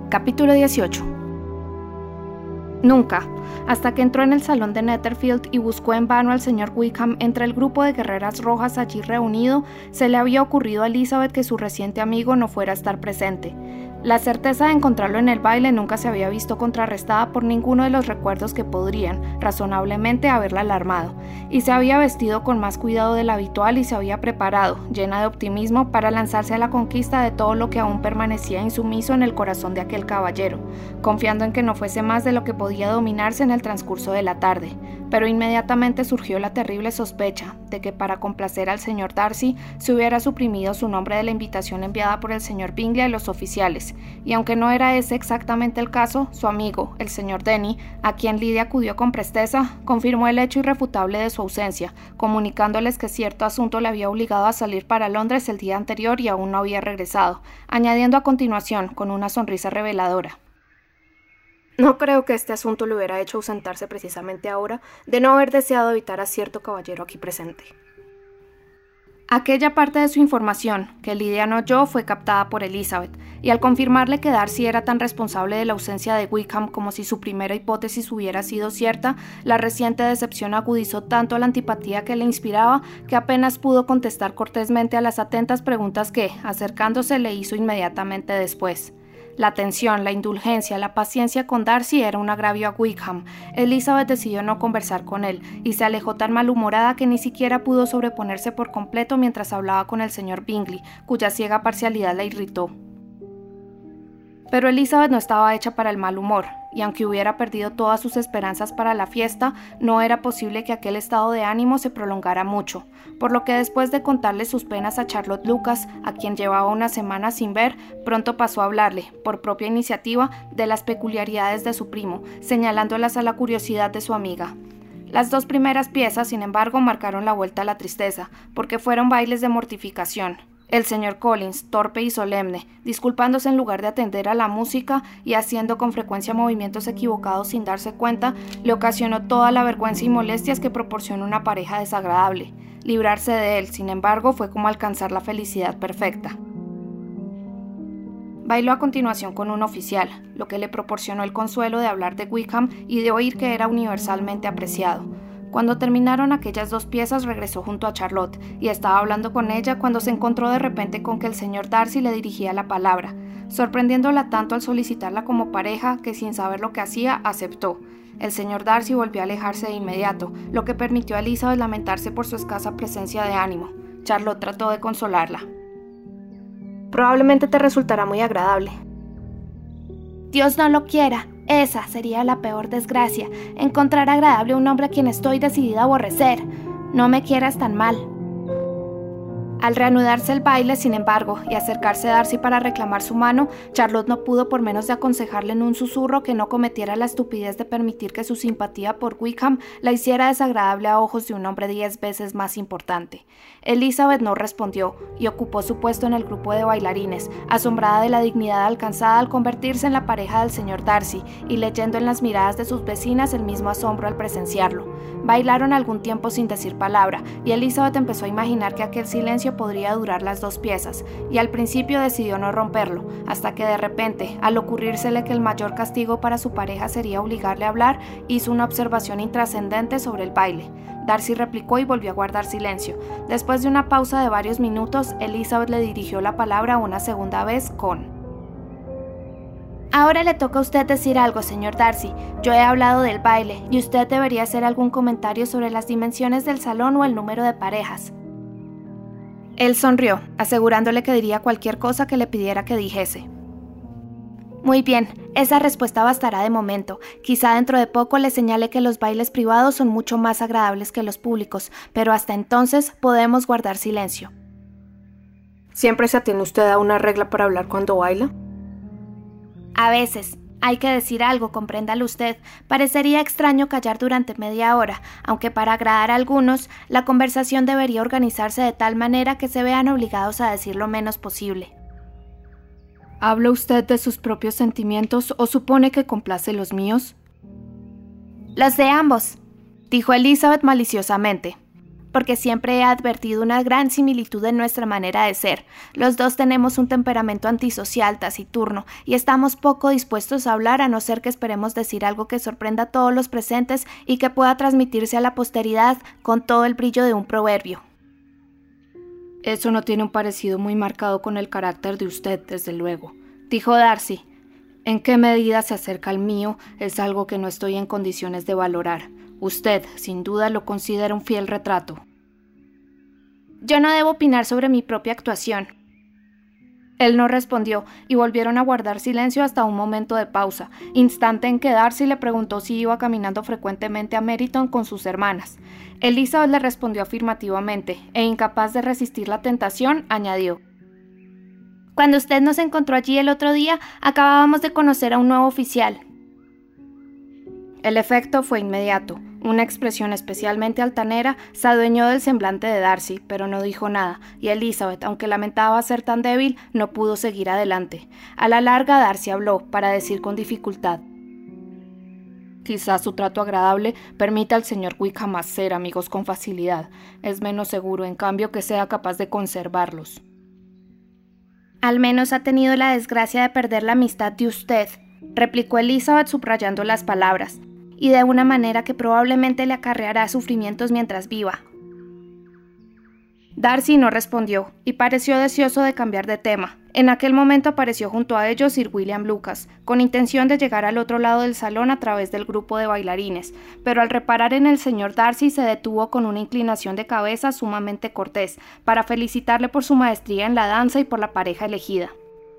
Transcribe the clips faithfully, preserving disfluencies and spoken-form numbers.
Capítulo dieciocho. Nunca, hasta que entró en el salón de Netherfield y buscó en vano al señor Wickham entre el grupo de guerreras rojas allí reunido, se le había ocurrido a Elizabeth que su reciente amigo no fuera a estar presente. La certeza de encontrarlo en el baile nunca se había visto contrarrestada por ninguno de los recuerdos que podrían, razonablemente, haberla alarmado, y se había vestido con más cuidado del habitual y se había preparado, llena de optimismo, para lanzarse a la conquista de todo lo que aún permanecía insumiso en el corazón de aquel caballero, confiando en que no fuese más de lo que podía dominarse en el transcurso de la tarde. Pero inmediatamente surgió la terrible sospecha de que para complacer al señor Darcy se hubiera suprimido su nombre de la invitación enviada por el señor Bingley a los oficiales, y aunque no era ese exactamente el caso, su amigo, el señor Denny, a quien Lydia acudió con presteza, confirmó el hecho irrefutable de su ausencia, comunicándoles que cierto asunto le había obligado a salir para Londres el día anterior y aún no había regresado, añadiendo a continuación, con una sonrisa reveladora: «No creo que este asunto le hubiera hecho ausentarse precisamente ahora, de no haber deseado evitar a cierto caballero aquí presente». Aquella parte de su información que Lydia no oyó fue captada por Elizabeth, y al confirmarle que Darcy era tan responsable de la ausencia de Wickham como si su primera hipótesis hubiera sido cierta, la reciente decepción agudizó tanto la antipatía que le inspiraba que apenas pudo contestar cortésmente a las atentas preguntas que, acercándose, le hizo inmediatamente después. La atención, la indulgencia, la paciencia con Darcy era un agravio a Wickham. Elizabeth decidió no conversar con él, y se alejó tan malhumorada que ni siquiera pudo sobreponerse por completo mientras hablaba con el señor Bingley, cuya ciega parcialidad la irritó. Pero Elizabeth no estaba hecha para el mal humor, y aunque hubiera perdido todas sus esperanzas para la fiesta, no era posible que aquel estado de ánimo se prolongara mucho, por lo que después de contarle sus penas a Charlotte Lucas, a quien llevaba una semana sin ver, pronto pasó a hablarle, por propia iniciativa, de las peculiaridades de su primo, señalándolas a la curiosidad de su amiga. Las dos primeras piezas, sin embargo, marcaron la vuelta a la tristeza, porque fueron bailes de mortificación. El señor Collins, torpe y solemne, disculpándose en lugar de atender a la música y haciendo con frecuencia movimientos equivocados sin darse cuenta, le ocasionó toda la vergüenza y molestias que proporciona una pareja desagradable. Librarse de él, sin embargo, fue como alcanzar la felicidad perfecta. Bailó a continuación con un oficial, lo que le proporcionó el consuelo de hablar de Wickham y de oír que era universalmente apreciado. Cuando terminaron aquellas dos piezas, regresó junto a Charlotte, y estaba hablando con ella cuando se encontró de repente con que el señor Darcy le dirigía la palabra, sorprendiéndola tanto al solicitarla como pareja que, sin saber lo que hacía, aceptó. El señor Darcy volvió a alejarse de inmediato, lo que permitió a Elizabeth lamentarse por su escasa presencia de ánimo. Charlotte trató de consolarla. «Probablemente te resultará muy agradable». «Dios no lo quiera. Esa sería la peor desgracia, encontrar agradable a un hombre a quien estoy decidida a aborrecer. No me quieras tan mal». Al reanudarse el baile, sin embargo, y acercarse a Darcy para reclamar su mano, Charlotte no pudo por menos de aconsejarle en un susurro que no cometiera la estupidez de permitir que su simpatía por Wickham la hiciera desagradable a ojos de un hombre diez veces más importante. Elizabeth no respondió, y ocupó su puesto en el grupo de bailarines, asombrada de la dignidad alcanzada al convertirse en la pareja del señor Darcy, y leyendo en las miradas de sus vecinas el mismo asombro al presenciarlo. Bailaron algún tiempo sin decir palabra, y Elizabeth empezó a imaginar que aquel silencio podría durar las dos piezas, y al principio decidió no romperlo, hasta que de repente, al ocurrírsele que el mayor castigo para su pareja sería obligarle a hablar, hizo una observación intrascendente sobre el baile. Darcy replicó y volvió a guardar silencio. Después de una pausa de varios minutos, Elizabeth le dirigió la palabra una segunda vez con: «Ahora le toca a usted decir algo, señor Darcy. Yo he hablado del baile, y usted debería hacer algún comentario sobre las dimensiones del salón o el número de parejas». Él sonrió, asegurándole que diría cualquier cosa que le pidiera que dijese. «Muy bien, esa respuesta bastará de momento. Quizá dentro de poco le señale que los bailes privados son mucho más agradables que los públicos, pero hasta entonces podemos guardar silencio». ¿Siempre se atiene usted a una regla para hablar cuando baila? A veces. Hay que decir algo, compréndalo usted. Parecería extraño callar durante media hora, aunque para agradar a algunos, la conversación debería organizarse de tal manera que se vean obligados a decir lo menos posible. ¿Habla usted de sus propios sentimientos o supone que complace los míos? Los de ambos, dijo Elizabeth maliciosamente. porque siempre he advertido una gran similitud en nuestra manera de ser. Los dos tenemos un temperamento antisocial, taciturno, y estamos poco dispuestos a hablar a no ser que esperemos decir algo que sorprenda a todos los presentes y que pueda transmitirse a la posteridad con todo el brillo de un proverbio. Eso no tiene un parecido muy marcado con el carácter de usted, desde luego, dijo Darcy. En qué medida se acerca al mío es algo que no estoy en condiciones de valorar. Usted, sin duda, lo considera un fiel retrato. Yo no debo opinar sobre mi propia actuación. Él no respondió y volvieron a guardar silencio hasta un momento de pausa, instante en que Darcy le preguntó si iba caminando frecuentemente a Meryton con sus hermanas. Elizabeth le respondió afirmativamente e, incapaz de resistir la tentación, añadió: Cuando usted nos encontró allí el otro día, acabábamos de conocer a un nuevo oficial. El efecto fue inmediato. Una expresión especialmente altanera se adueñó del semblante de Darcy, pero no dijo nada, y Elizabeth, aunque lamentaba ser tan débil, no pudo seguir adelante. A la larga Darcy habló, para decir con dificultad: Quizás su trato agradable permita al señor Wickham hacer amigos con facilidad. Es menos seguro, en cambio, que sea capaz de conservarlos. Al menos ha tenido la desgracia de perder la amistad de usted, replicó Elizabeth subrayando las palabras, y de una manera que probablemente le acarreará sufrimientos mientras viva. Darcy no respondió, y pareció deseoso de cambiar de tema. En aquel momento apareció junto a ellos Sir William Lucas, con intención de llegar al otro lado del salón a través del grupo de bailarines, pero al reparar en el señor Darcy se detuvo con una inclinación de cabeza sumamente cortés, para felicitarle por su maestría en la danza y por la pareja elegida.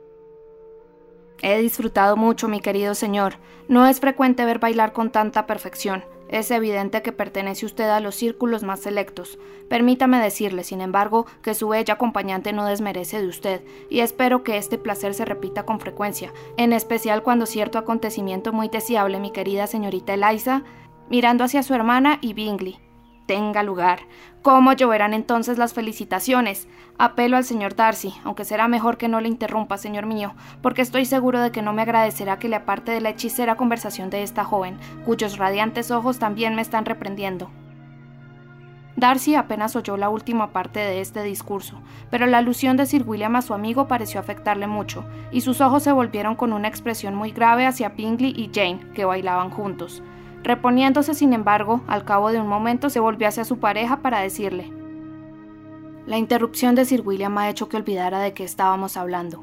He disfrutado mucho, mi querido señor. No es frecuente ver bailar con tanta perfección. Es evidente que pertenece usted a los círculos más selectos. Permítame decirle, sin embargo, que su bella acompañante no desmerece de usted, y espero que este placer se repita con frecuencia, en especial cuando cierto acontecimiento muy deseable, mi querida señorita Eliza, mirando hacia su hermana y Bingley, tenga lugar. ¿Cómo lloverán entonces las felicitaciones? Apelo al señor Darcy, aunque será mejor que no le interrumpa, señor mío, porque estoy seguro de que no me agradecerá que le aparte de la hechicera conversación de esta joven, cuyos radiantes ojos también me están reprendiendo. Darcy apenas oyó la última parte de este discurso, pero la alusión de Sir William a su amigo pareció afectarle mucho, y sus ojos se volvieron con una expresión muy grave hacia Bingley y Jane, que bailaban juntos. Reponiéndose, sin embargo, al cabo de un momento se volvió hacia su pareja para decirle: La interrupción de Sir William ha hecho que olvidara de qué estábamos hablando.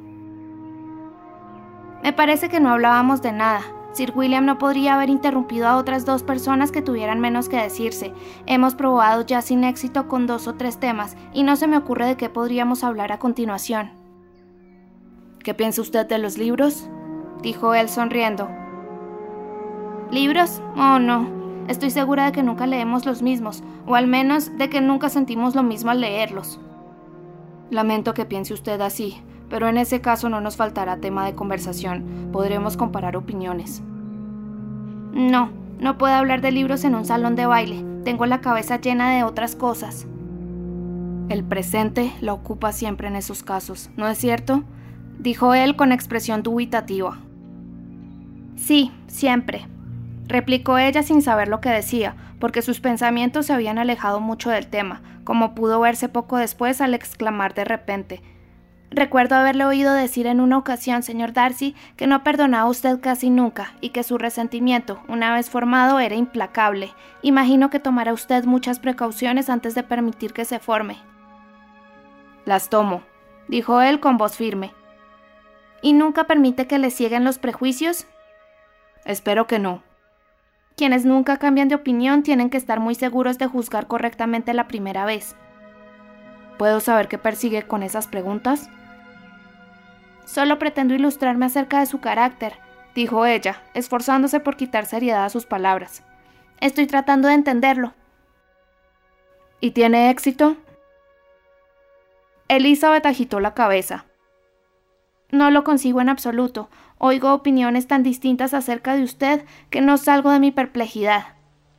Me parece que no hablábamos de nada. Sir William no podría haber interrumpido a otras dos personas que tuvieran menos que decirse. Hemos probado ya sin éxito con dos o tres temas, y no se me ocurre de qué podríamos hablar a continuación. ¿Qué piensa usted de los libros?, dijo él sonriendo. ¿Libros? Oh, no. Estoy segura de que nunca leemos los mismos, o al menos de que nunca sentimos lo mismo al leerlos. Lamento que piense usted así, pero en ese caso no nos faltará tema de conversación. Podremos comparar opiniones. No, no puedo hablar de libros en un salón de baile. Tengo la cabeza llena de otras cosas. El presente la ocupa siempre en esos casos, ¿no es cierto?, dijo él con expresión dubitativa. Sí, siempre, replicó ella sin saber lo que decía, porque sus pensamientos se habían alejado mucho del tema, como pudo verse poco después al exclamar de repente: Recuerdo haberle oído decir en una ocasión, señor Darcy, que no perdonaba a usted casi nunca, y que su resentimiento, una vez formado, era implacable. Imagino que tomará usted muchas precauciones antes de permitir que se forme. Las tomo, dijo él con voz firme. ¿Y nunca permite que le cieguen los prejuicios? Espero que no. Quienes nunca cambian de opinión tienen que estar muy seguros de juzgar correctamente la primera vez. ¿Puedo saber qué persigue con esas preguntas? Solo pretendo ilustrarme acerca de su carácter, dijo ella, esforzándose por quitar seriedad a sus palabras. Estoy tratando de entenderlo. ¿Y tiene éxito? Elizabeth agitó la cabeza. No lo consigo en absoluto. Oigo opiniones tan distintas acerca de usted que no salgo de mi perplejidad.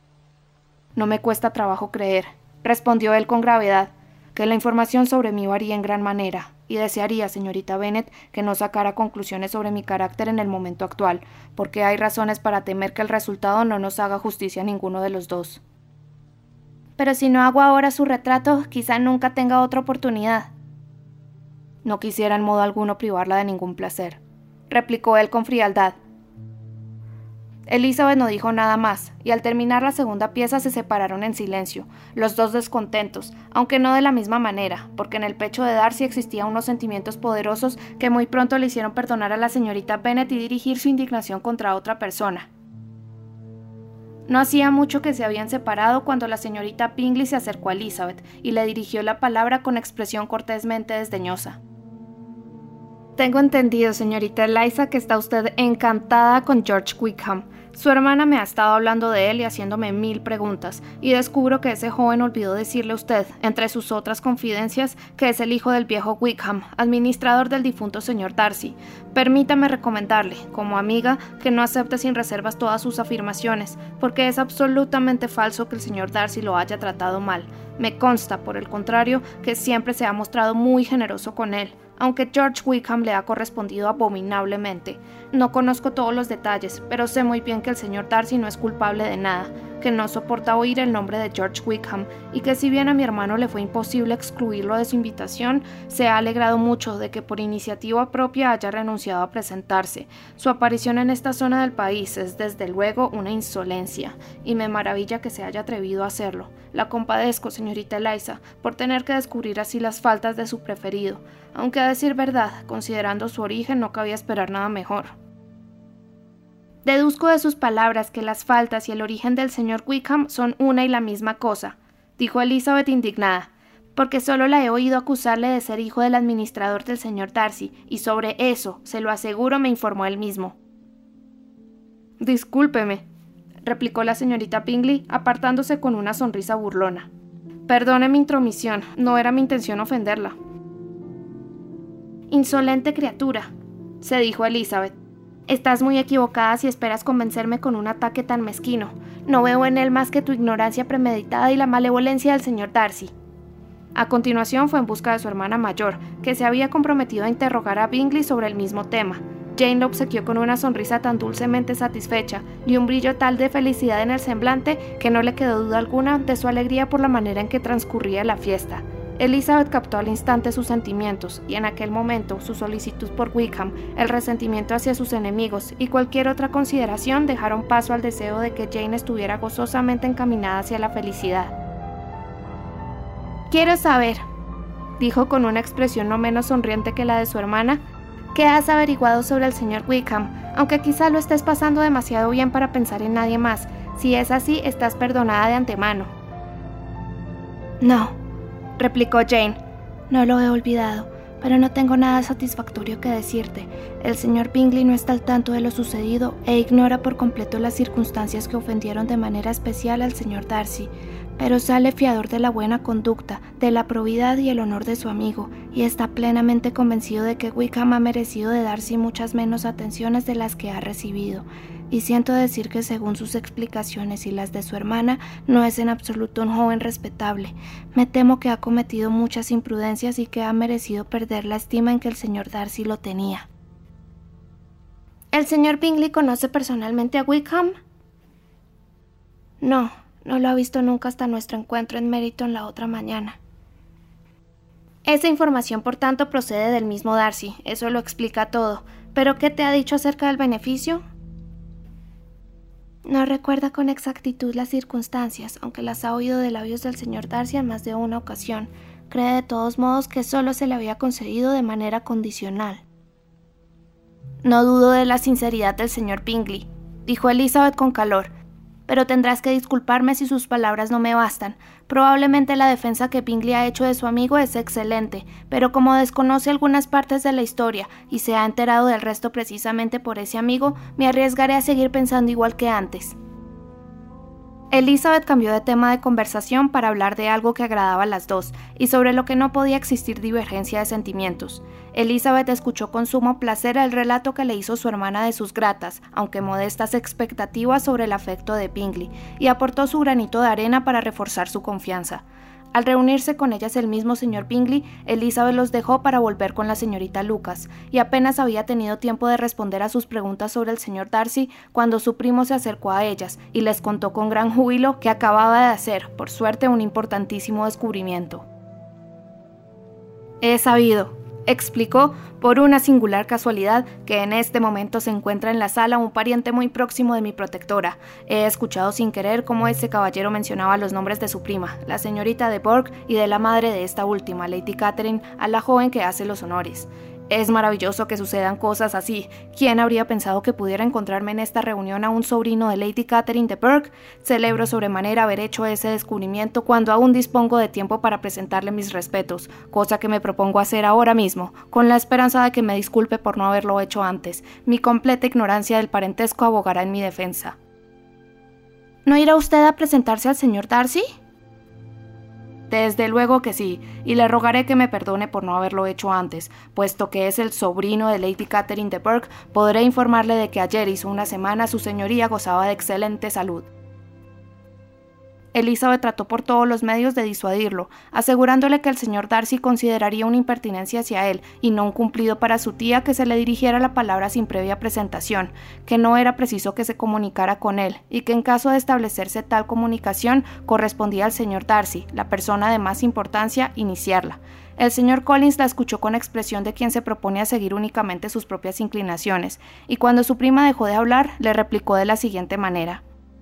No me cuesta trabajo creer, respondió él con gravedad, que la información sobre mí varía en gran manera, y desearía, señorita Bennet, que no sacara conclusiones sobre mi carácter en el momento actual, porque hay razones para temer que el resultado no nos haga justicia a ninguno de los dos. pero si no hago ahora su retrato, quizá nunca tenga otra oportunidad. No quisiera en modo alguno privarla de ningún placer, replicó él con frialdad. Elizabeth no dijo nada más, y al terminar la segunda pieza se separaron en silencio, los dos descontentos, aunque no de la misma manera, porque en el pecho de Darcy existían unos sentimientos poderosos que muy pronto le hicieron perdonar a la señorita Bennet y dirigir su indignación contra otra persona. No hacía mucho que se habían separado cuando la señorita Bingley se acercó a Elizabeth y le dirigió la palabra con expresión cortésmente desdeñosa. «Tengo entendido, señorita Eliza, que está usted encantada con George Wickham. Su hermana me ha estado hablando de él y haciéndome mil preguntas, y descubro que ese joven olvidó decirle a usted, entre sus otras confidencias, que es el hijo del viejo Wickham, administrador del difunto señor Darcy. Permítame recomendarle, como amiga, que no acepte sin reservas todas sus afirmaciones, porque es absolutamente falso que el señor Darcy lo haya tratado mal. Me consta, por el contrario, que siempre se ha mostrado muy generoso con él, aunque George Wickham le ha correspondido abominablemente. No conozco todos los detalles, pero sé muy bien que el señor Darcy no es culpable de nada, que no soporta oír el nombre de George Wickham, y que si bien a mi hermano le fue imposible excluirlo de su invitación, se ha alegrado mucho de que por iniciativa propia haya renunciado a presentarse. Su aparición en esta zona del país es desde luego una insolencia, y me maravilla que se haya atrevido a hacerlo. La compadezco, señorita Eliza, por tener que descubrir así las faltas de su preferido, aunque a decir verdad, considerando su origen, no cabía esperar nada mejor. Deduzco de sus palabras que las faltas y el origen del señor Wickham son una y la misma cosa, dijo Elizabeth indignada, porque solo la he oído acusarle de ser hijo del administrador del señor Darcy, y sobre eso, se lo aseguro, me informó él mismo. Discúlpeme, replicó la señorita Bingley, apartándose con una sonrisa burlona. Perdone mi intromisión, no era mi intención ofenderla. Insolente criatura, se dijo Elizabeth. Estás muy equivocada si esperas convencerme con un ataque tan mezquino. No veo en él más que tu ignorancia premeditada y la malevolencia del señor Darcy. A continuación fue en busca de su hermana mayor, que se había comprometido a interrogar a Bingley sobre el mismo tema. Jane lo obsequió con una sonrisa tan dulcemente satisfecha y un brillo tal de felicidad en el semblante que no le quedó duda alguna de su alegría por la manera en que transcurría la fiesta. Elizabeth captó al instante sus sentimientos, y en aquel momento su solicitud por Wickham, el resentimiento hacia sus enemigos y cualquier otra consideración dejaron paso al deseo de que Jane estuviera gozosamente encaminada hacia la felicidad. «Quiero saber», dijo con una expresión no menos sonriente que la de su hermana, «¿qué has averiguado sobre el señor Wickham? Aunque quizá lo estés pasando demasiado bien para pensar en nadie más. Si es así, estás perdonada de antemano». «No», replicó Jane. «No lo he olvidado, pero no tengo nada satisfactorio que decirte. El señor Bingley no está al tanto de lo sucedido e ignora por completo las circunstancias que ofendieron de manera especial al señor Darcy, pero sale fiador de la buena conducta, de la probidad y el honor de su amigo, y está plenamente convencido de que Wickham ha merecido de Darcy muchas menos atenciones de las que ha recibido. Y siento decir que según sus explicaciones y las de su hermana, no es en absoluto un joven respetable. Me temo que ha cometido muchas imprudencias y que ha merecido perder la estima en que el señor Darcy lo tenía». «¿El señor Bingley conoce personalmente a Wickham?» «No, no lo ha visto nunca hasta nuestro encuentro en Meryton la otra mañana». «Esa información, por tanto, procede del mismo Darcy, eso lo explica todo. ¿Pero qué te ha dicho acerca del beneficio?» «No recuerda con exactitud las circunstancias, aunque las ha oído de labios del señor Darcy en más de una ocasión. Cree de todos modos que solo se le había concedido de manera condicional». «No dudo de la sinceridad del señor Bingley», dijo Elizabeth con calor, «pero tendrás que disculparme si sus palabras no me bastan. Probablemente la defensa que Bingley ha hecho de su amigo es excelente, pero como desconoce algunas partes de la historia y se ha enterado del resto precisamente por ese amigo, me arriesgaré a seguir pensando igual que antes». Elizabeth cambió de tema de conversación para hablar de algo que agradaba a las dos y sobre lo que no podía existir divergencia de sentimientos. Elizabeth escuchó con sumo placer el relato que le hizo su hermana de sus gratas, aunque modestas expectativas sobre el afecto de Bingley, y aportó su granito de arena para reforzar su confianza. Al reunirse con ellas el mismo señor Bingley, Elizabeth los dejó para volver con la señorita Lucas, y apenas había tenido tiempo de responder a sus preguntas sobre el señor Darcy cuando su primo se acercó a ellas y les contó con gran júbilo que acababa de hacer, por suerte, un importantísimo descubrimiento. «He sabido», explicó, por una singular casualidad, que en este momento se encuentra en la sala un pariente muy próximo de mi protectora. He escuchado sin querer cómo ese caballero mencionaba los nombres de su prima, la señorita de Bourgh, y de la madre de esta última, Lady Catherine, a la joven que hace los honores. Es maravilloso que sucedan cosas así. ¿Quién habría pensado que pudiera encontrarme en esta reunión a un sobrino de Lady Catherine de Bourgh? Celebro sobremanera haber hecho ese descubrimiento cuando aún dispongo de tiempo para presentarle mis respetos, cosa que me propongo hacer ahora mismo, con la esperanza de que me disculpe por no haberlo hecho antes. Mi completa ignorancia del parentesco abogará en mi defensa. ¿No irá usted a presentarse al señor Darcy? Desde luego que sí, y le rogaré que me perdone por no haberlo hecho antes, puesto que es el sobrino de Lady Catherine de Bourgh. Podré informarle de que ayer hizo una semana su señoría gozaba de excelente salud. Elizabeth trató por todos los medios de disuadirlo, asegurándole que el señor Darcy consideraría una impertinencia hacia él y no un cumplido para su tía que se le dirigiera la palabra sin previa presentación, que no era preciso que se comunicara con él, y que en caso de establecerse tal comunicación correspondía al señor Darcy, la persona de más importancia, iniciarla. El señor Collins la escuchó con expresión de quien se propone a seguir únicamente sus propias inclinaciones, y cuando su prima dejó de hablar, le replicó de la siguiente manera: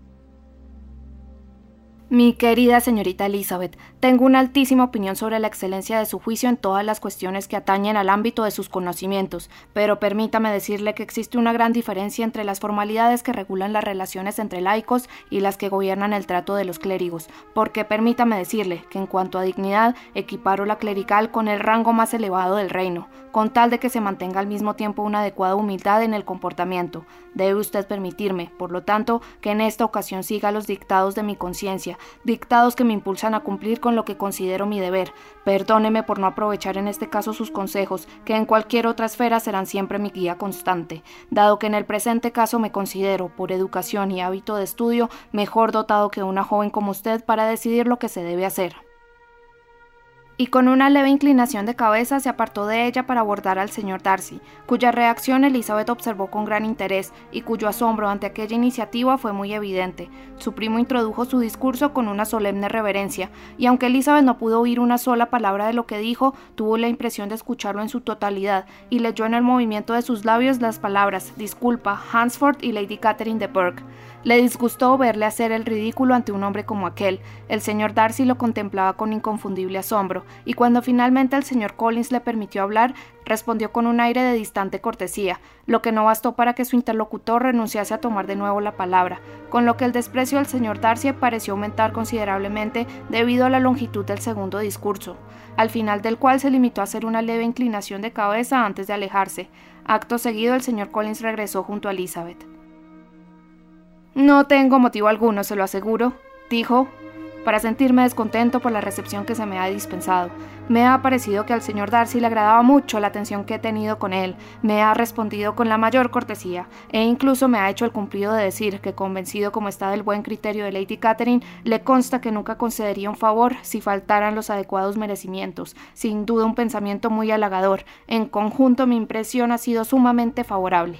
Mi querida señorita Elizabeth, tengo una altísima opinión sobre la excelencia de su juicio en todas las cuestiones que atañen al ámbito de sus conocimientos, pero permítame decirle que existe una gran diferencia entre las formalidades que regulan las relaciones entre laicos y las que gobiernan el trato de los clérigos, porque permítame decirle que en cuanto a dignidad equiparo la clerical con el rango más elevado del reino, con tal de que se mantenga al mismo tiempo una adecuada humildad en el comportamiento. Debe usted permitirme, por lo tanto, que en esta ocasión siga los dictados de mi conciencia, dictados que me impulsan a cumplir con lo que considero mi deber. Perdóneme por no aprovechar en este caso sus consejos, que en cualquier otra esfera serán siempre mi guía constante, dado que en el presente caso me considero, por educación y hábito de estudio, mejor dotado que una joven como usted para decidir lo que se debe hacer. Y con una leve inclinación de cabeza se apartó de ella para abordar al señor Darcy, cuya reacción Elizabeth observó con gran interés y cuyo asombro ante aquella iniciativa fue muy evidente. Su primo introdujo su discurso con una solemne reverencia, y aunque Elizabeth no pudo oír una sola palabra de lo que dijo, tuvo la impresión de escucharlo en su totalidad, y leyó en el movimiento de sus labios las palabras «disculpa, Hansford y Lady Catherine de Bourgh». Le disgustó verle hacer el ridículo ante un hombre como aquel. El señor Darcy lo contemplaba con inconfundible asombro, y cuando finalmente el señor Collins le permitió hablar, respondió con un aire de distante cortesía, lo que no bastó para que su interlocutor renunciase a tomar de nuevo la palabra, con lo que el desprecio del señor Darcy pareció aumentar considerablemente debido a la longitud del segundo discurso, al final del cual se limitó a hacer una leve inclinación de cabeza antes de alejarse. Acto seguido el señor Collins regresó junto a Elizabeth. «No tengo motivo alguno, se lo aseguro», dijo, «para sentirme descontento por la recepción que se me ha dispensado. Me ha parecido que al señor Darcy le agradaba mucho la atención que he tenido con él, me ha respondido con la mayor cortesía, e incluso me ha hecho el cumplido de decir que, convencido como está del buen criterio de Lady Catherine, le consta que nunca concedería un favor si faltaran los adecuados merecimientos. Sin duda un pensamiento muy halagador. En conjunto mi impresión ha sido sumamente favorable».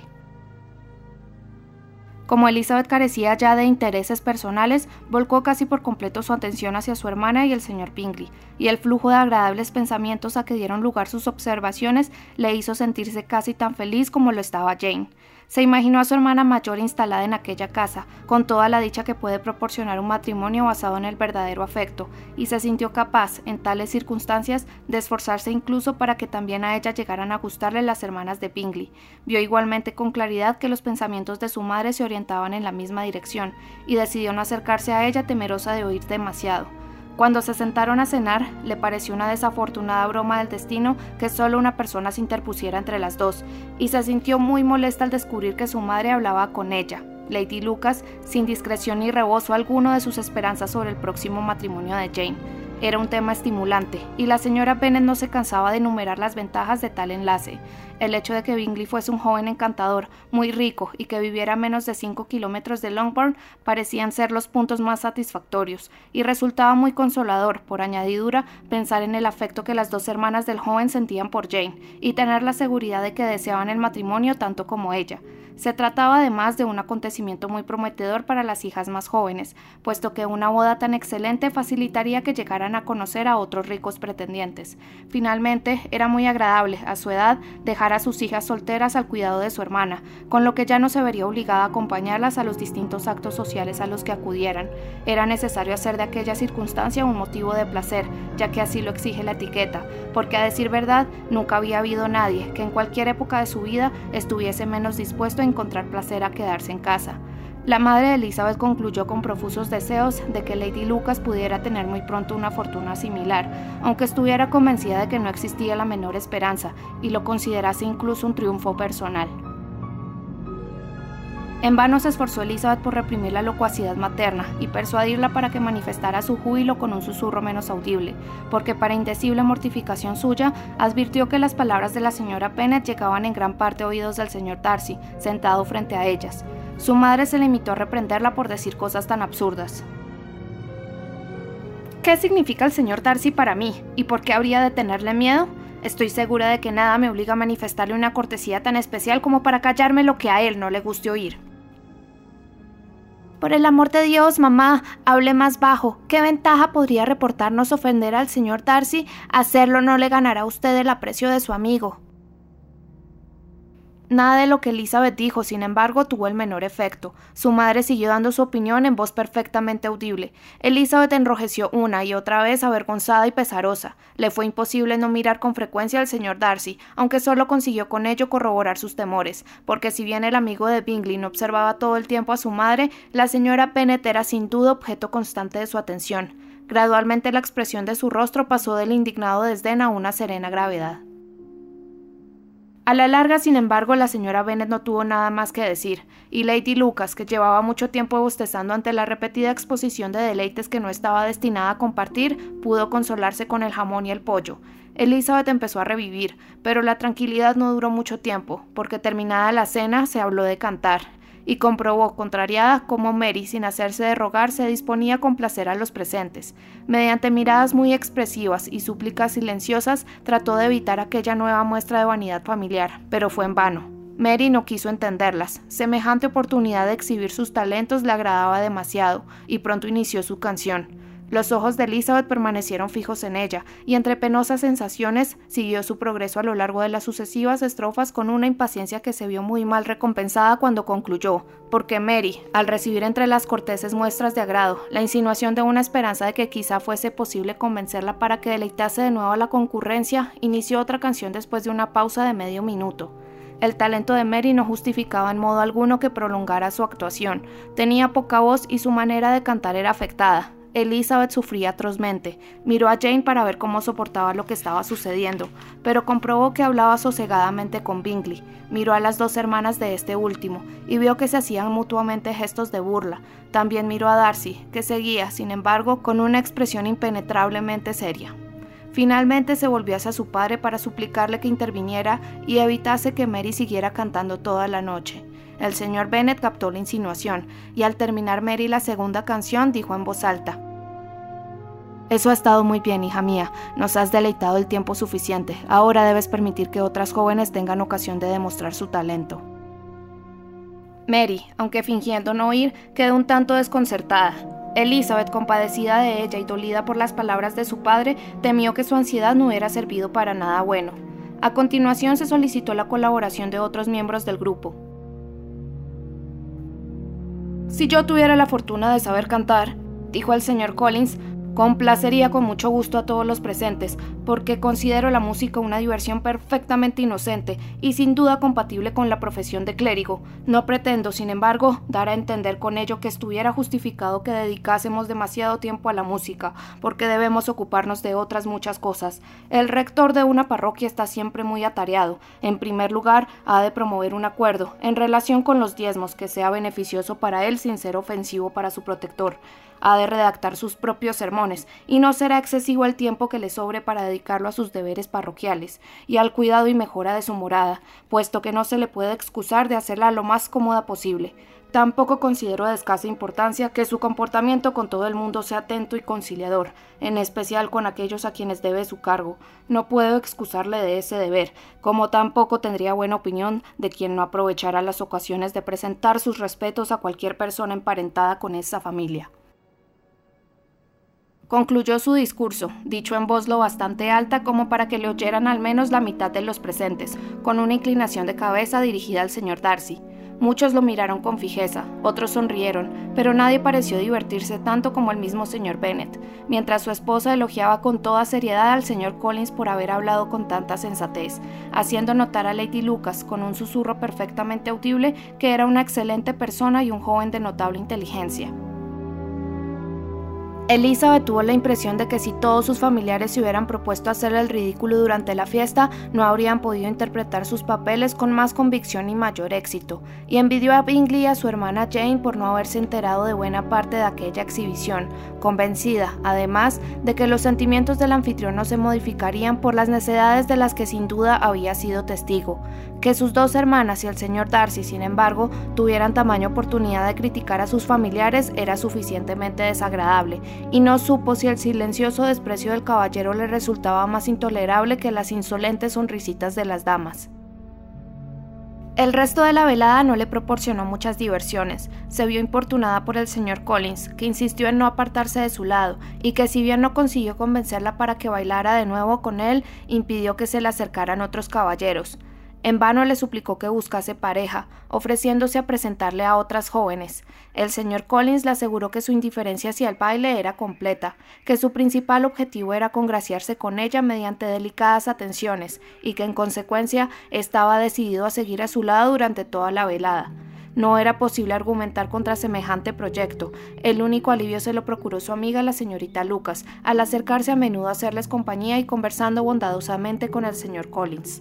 Como Elizabeth carecía ya de intereses personales, volcó casi por completo su atención hacia su hermana y el señor Bingley, y el flujo de agradables pensamientos a que dieron lugar sus observaciones le hizo sentirse casi tan feliz como lo estaba Jane. Se imaginó a su hermana mayor instalada en aquella casa, con toda la dicha que puede proporcionar un matrimonio basado en el verdadero afecto, y se sintió capaz, en tales circunstancias, de esforzarse incluso para que también a ella llegaran a gustarle las hermanas de Bingley. Vio igualmente con claridad que los pensamientos de su madre se orientaban en la misma dirección, y decidió no acercarse a ella temerosa de oír demasiado. Cuando se sentaron a cenar, le pareció una desafortunada broma del destino que solo una persona se interpusiera entre las dos, y se sintió muy molesta al descubrir que su madre hablaba con ella, Lady Lucas, sin discreción ni rebozo alguno de sus esperanzas sobre el próximo matrimonio de Jane. Era un tema estimulante, y la señora Bennet no se cansaba de enumerar las ventajas de tal enlace. El hecho de que Bingley fuese un joven encantador, muy rico y que viviera a menos de cinco kilómetros de Longbourn parecían ser los puntos más satisfactorios, y resultaba muy consolador, por añadidura, pensar en el afecto que las dos hermanas del joven sentían por Jane, y tener la seguridad de que deseaban el matrimonio tanto como ella. Se trataba además de un acontecimiento muy prometedor para las hijas más jóvenes, puesto que una boda tan excelente facilitaría que llegaran a conocer a otros ricos pretendientes. Finalmente, era muy agradable, a su edad, dejar a sus hijas solteras al cuidado de su hermana, con lo que ya no se vería obligada a acompañarlas a los distintos actos sociales a los que acudieran. Era necesario hacer de aquella circunstancia un motivo de placer, ya que así lo exige la etiqueta, porque a decir verdad, nunca había habido nadie que en cualquier época de su vida estuviese menos dispuesto a encontrar placer a quedarse en casa. La madre de Elizabeth concluyó con profusos deseos de que Lady Lucas pudiera tener muy pronto una fortuna similar, aunque estuviera convencida de que no existía la menor esperanza y lo considerase incluso un triunfo personal. En vano se esforzó Elizabeth por reprimir la locuacidad materna y persuadirla para que manifestara su júbilo con un susurro menos audible, porque para indecible mortificación suya, advirtió que las palabras de la señora Bennet llegaban en gran parte a oídos del señor Darcy, sentado frente a ellas. Su madre se limitó a reprenderla por decir cosas tan absurdas. ¿Qué significa el señor Darcy para mí? ¿Y por qué habría de tenerle miedo? Estoy segura de que nada me obliga a manifestarle una cortesía tan especial como para callarme lo que a él no le guste oír. Por el amor de Dios, mamá, hable más bajo. ¿Qué ventaja podría reportarnos ofender al señor Darcy? Hacerlo no le ganará a usted el aprecio de su amigo. Nada de lo que Elizabeth dijo, sin embargo, tuvo el menor efecto. Su madre siguió dando su opinión en voz perfectamente audible. Elizabeth enrojeció una y otra vez, avergonzada y pesarosa. Le fue imposible no mirar con frecuencia al señor Darcy, aunque solo consiguió con ello corroborar sus temores, porque si bien el amigo de Bingley no observaba todo el tiempo a su madre, la señora Bennet era sin duda objeto constante de su atención. Gradualmente la expresión de su rostro pasó del indignado desdén a una serena gravedad. A la larga, sin embargo, la señora Bennet no tuvo nada más que decir, y Lady Lucas, que llevaba mucho tiempo bostezando ante la repetida exposición de deleites que no estaba destinada a compartir, pudo consolarse con el jamón y el pollo. Elizabeth empezó a revivir, pero la tranquilidad no duró mucho tiempo, porque terminada la cena se habló de cantar, y comprobó, contrariada, cómo Mary, sin hacerse de rogar, se disponía a complacer a los presentes. Mediante miradas muy expresivas y súplicas silenciosas, trató de evitar aquella nueva muestra de vanidad familiar, pero fue en vano. Mary no quiso entenderlas. Semejante oportunidad de exhibir sus talentos le agradaba demasiado, y pronto inició su canción. Los ojos de Elizabeth permanecieron fijos en ella, y entre penosas sensaciones siguió su progreso a lo largo de las sucesivas estrofas con una impaciencia que se vio muy mal recompensada cuando concluyó, porque Mary, al recibir entre las corteses muestras de agrado, la insinuación de una esperanza de que quizá fuese posible convencerla para que deleitase de nuevo a la concurrencia, inició otra canción después de una pausa de medio minuto. El talento de Mary no justificaba en modo alguno que prolongara su actuación. Tenía poca voz y su manera de cantar era afectada. Elizabeth sufría atrozmente. Miró a Jane para ver cómo soportaba lo que estaba sucediendo, pero comprobó que hablaba sosegadamente con Bingley. Miró a las dos hermanas de este último y vio que se hacían mutuamente gestos de burla. También miró a Darcy, que seguía, sin embargo, con una expresión impenetrablemente seria. Finalmente se volvió hacia su padre para suplicarle que interviniera y evitase que Mary siguiera cantando toda la noche. El señor Bennet captó la insinuación, y al terminar Mary la segunda canción, dijo en voz alta: «Eso ha estado muy bien, hija mía. Nos has deleitado el tiempo suficiente. Ahora debes permitir que otras jóvenes tengan ocasión de demostrar su talento». Mary, aunque fingiendo no oír, quedó un tanto desconcertada. Elizabeth, compadecida de ella y dolida por las palabras de su padre, temió que su ansiedad no hubiera servido para nada bueno. A continuación se solicitó la colaboración de otros miembros del grupo. «Si yo tuviera la fortuna de saber cantar», dijo el señor Collins, «complacería con mucho gusto a todos los presentes, porque considero la música una diversión perfectamente inocente y sin duda compatible con la profesión de clérigo. No pretendo, sin embargo, dar a entender con ello que estuviera justificado que dedicásemos demasiado tiempo a la música, porque debemos ocuparnos de otras muchas cosas. El rector de una parroquia está siempre muy atareado. En primer lugar, ha de promover un acuerdo en relación con los diezmos que sea beneficioso para él sin ser ofensivo para su protector. Ha de redactar sus propios sermones, y no será excesivo el tiempo que le sobre para dedicarlo a sus deberes parroquiales y al cuidado y mejora de su morada, puesto que no se le puede excusar de hacerla lo más cómoda posible. Tampoco considero de escasa importancia que su comportamiento con todo el mundo sea atento y conciliador, en especial con aquellos a quienes debe su cargo. No puedo excusarle de ese deber, como tampoco tendría buena opinión de quien no aprovechara las ocasiones de presentar sus respetos a cualquier persona emparentada con esa familia. Concluyó su discurso, dicho en voz lo bastante alta como para que le oyeran al menos la mitad de los presentes, con una inclinación de cabeza dirigida al señor Darcy. Muchos lo miraron con fijeza, otros sonrieron, pero nadie pareció divertirse tanto como el mismo señor Bennet, mientras su esposa elogiaba con toda seriedad al señor Collins por haber hablado con tanta sensatez, haciendo notar a Lady Lucas, con un susurro perfectamente audible, que era una excelente persona y un joven de notable inteligencia. Elizabeth tuvo la impresión de que si todos sus familiares se hubieran propuesto hacer el ridículo durante la fiesta, no habrían podido interpretar sus papeles con más convicción y mayor éxito, y envidió a Bingley y a su hermana Jane por no haberse enterado de buena parte de aquella exhibición, convencida, además, de que los sentimientos del anfitrión no se modificarían por las necedades de las que sin duda había sido testigo. Que sus dos hermanas y el señor Darcy, sin embargo, tuvieran tamaña oportunidad de criticar a sus familiares era suficientemente desagradable, y no supo si el silencioso desprecio del caballero le resultaba más intolerable que las insolentes sonrisitas de las damas. El resto de la velada no le proporcionó muchas diversiones. Se vio importunada por el señor Collins, que insistió en no apartarse de su lado, y que si bien no consiguió convencerla para que bailara de nuevo con él, impidió que se le acercaran otros caballeros. En vano le suplicó que buscase pareja, ofreciéndose a presentarle a otras jóvenes. El señor Collins le aseguró que su indiferencia hacia el baile era completa, que su principal objetivo era congraciarse con ella mediante delicadas atenciones, y que en consecuencia estaba decidido a seguir a su lado durante toda la velada. No era posible argumentar contra semejante proyecto. El único alivio se lo procuró su amiga la señorita Lucas, al acercarse a menudo a hacerles compañía y conversando bondadosamente con el señor Collins.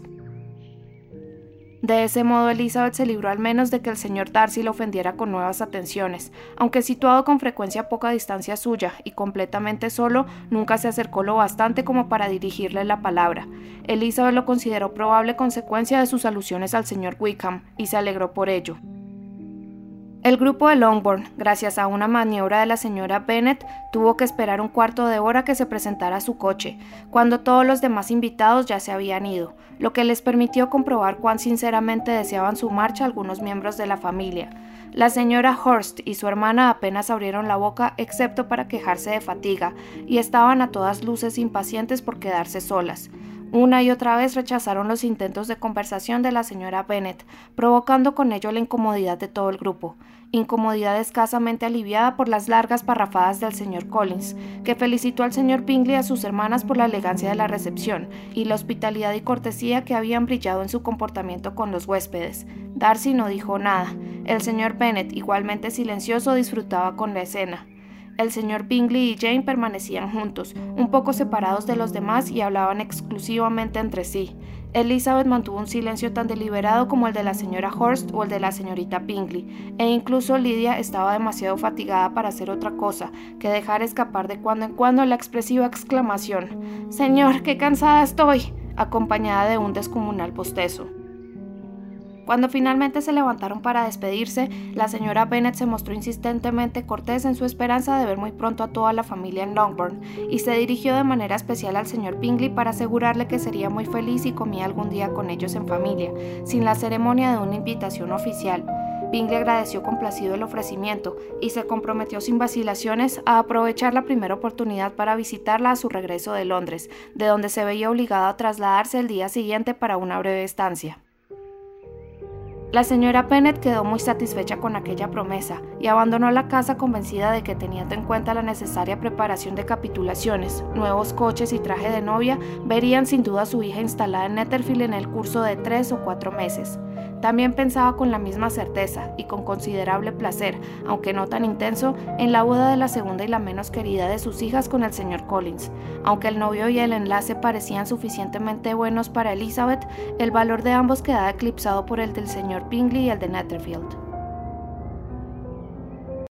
De ese modo Elizabeth se libró al menos de que el señor Darcy la ofendiera con nuevas atenciones. Aunque situado con frecuencia a poca distancia suya y completamente solo, nunca se acercó lo bastante como para dirigirle la palabra. Elizabeth lo consideró probable consecuencia de sus alusiones al señor Wickham, y se alegró por ello. El grupo de Longbourn, gracias a una maniobra de la señora Bennet, tuvo que esperar un cuarto de hora que se presentara su coche, cuando todos los demás invitados ya se habían ido, lo que les permitió comprobar cuán sinceramente deseaban su marcha algunos miembros de la familia. La señora Hurst y su hermana apenas abrieron la boca excepto para quejarse de fatiga, y estaban a todas luces impacientes por quedarse solas. Una y otra vez rechazaron los intentos de conversación de la señora Bennet, provocando con ello la incomodidad de todo el grupo, incomodidad escasamente aliviada por las largas parrafadas del señor Collins, que felicitó al señor Bingley y a sus hermanas por la elegancia de la recepción y la hospitalidad y cortesía que habían brillado en su comportamiento con los huéspedes. Darcy no dijo nada. El señor Bennet, igualmente silencioso, disfrutaba con la escena. El señor Bingley y Jane permanecían juntos, un poco separados de los demás, y hablaban exclusivamente entre sí. Elizabeth mantuvo un silencio tan deliberado como el de la señora Hurst o el de la señorita Bingley, e incluso Lydia estaba demasiado fatigada para hacer otra cosa que dejar escapar de cuando en cuando la expresiva exclamación «¡Señor, qué cansada estoy!», acompañada de un descomunal bostezo. Cuando finalmente se levantaron para despedirse, la señora Bennet se mostró insistentemente cortés en su esperanza de ver muy pronto a toda la familia en Longbourn, y se dirigió de manera especial al señor Bingley para asegurarle que sería muy feliz si comía algún día con ellos en familia, sin la ceremonia de una invitación oficial. Bingley agradeció complacido el ofrecimiento y se comprometió sin vacilaciones a aprovechar la primera oportunidad para visitarla a su regreso de Londres, de donde se veía obligado a trasladarse el día siguiente para una breve estancia. La señora Bennet quedó muy satisfecha con aquella promesa y abandonó la casa convencida de que, teniendo en cuenta la necesaria preparación de capitulaciones, nuevos coches y traje de novia, verían sin duda a su hija instalada en Netherfield en el curso de tres o cuatro meses. También pensaba con la misma certeza y con considerable placer, aunque no tan intenso, en la boda de la segunda y la menos querida de sus hijas con el señor Collins. Aunque el novio y el enlace parecían suficientemente buenos para Elizabeth, el valor de ambos quedaba eclipsado por el del señor Bingley y el de Netherfield.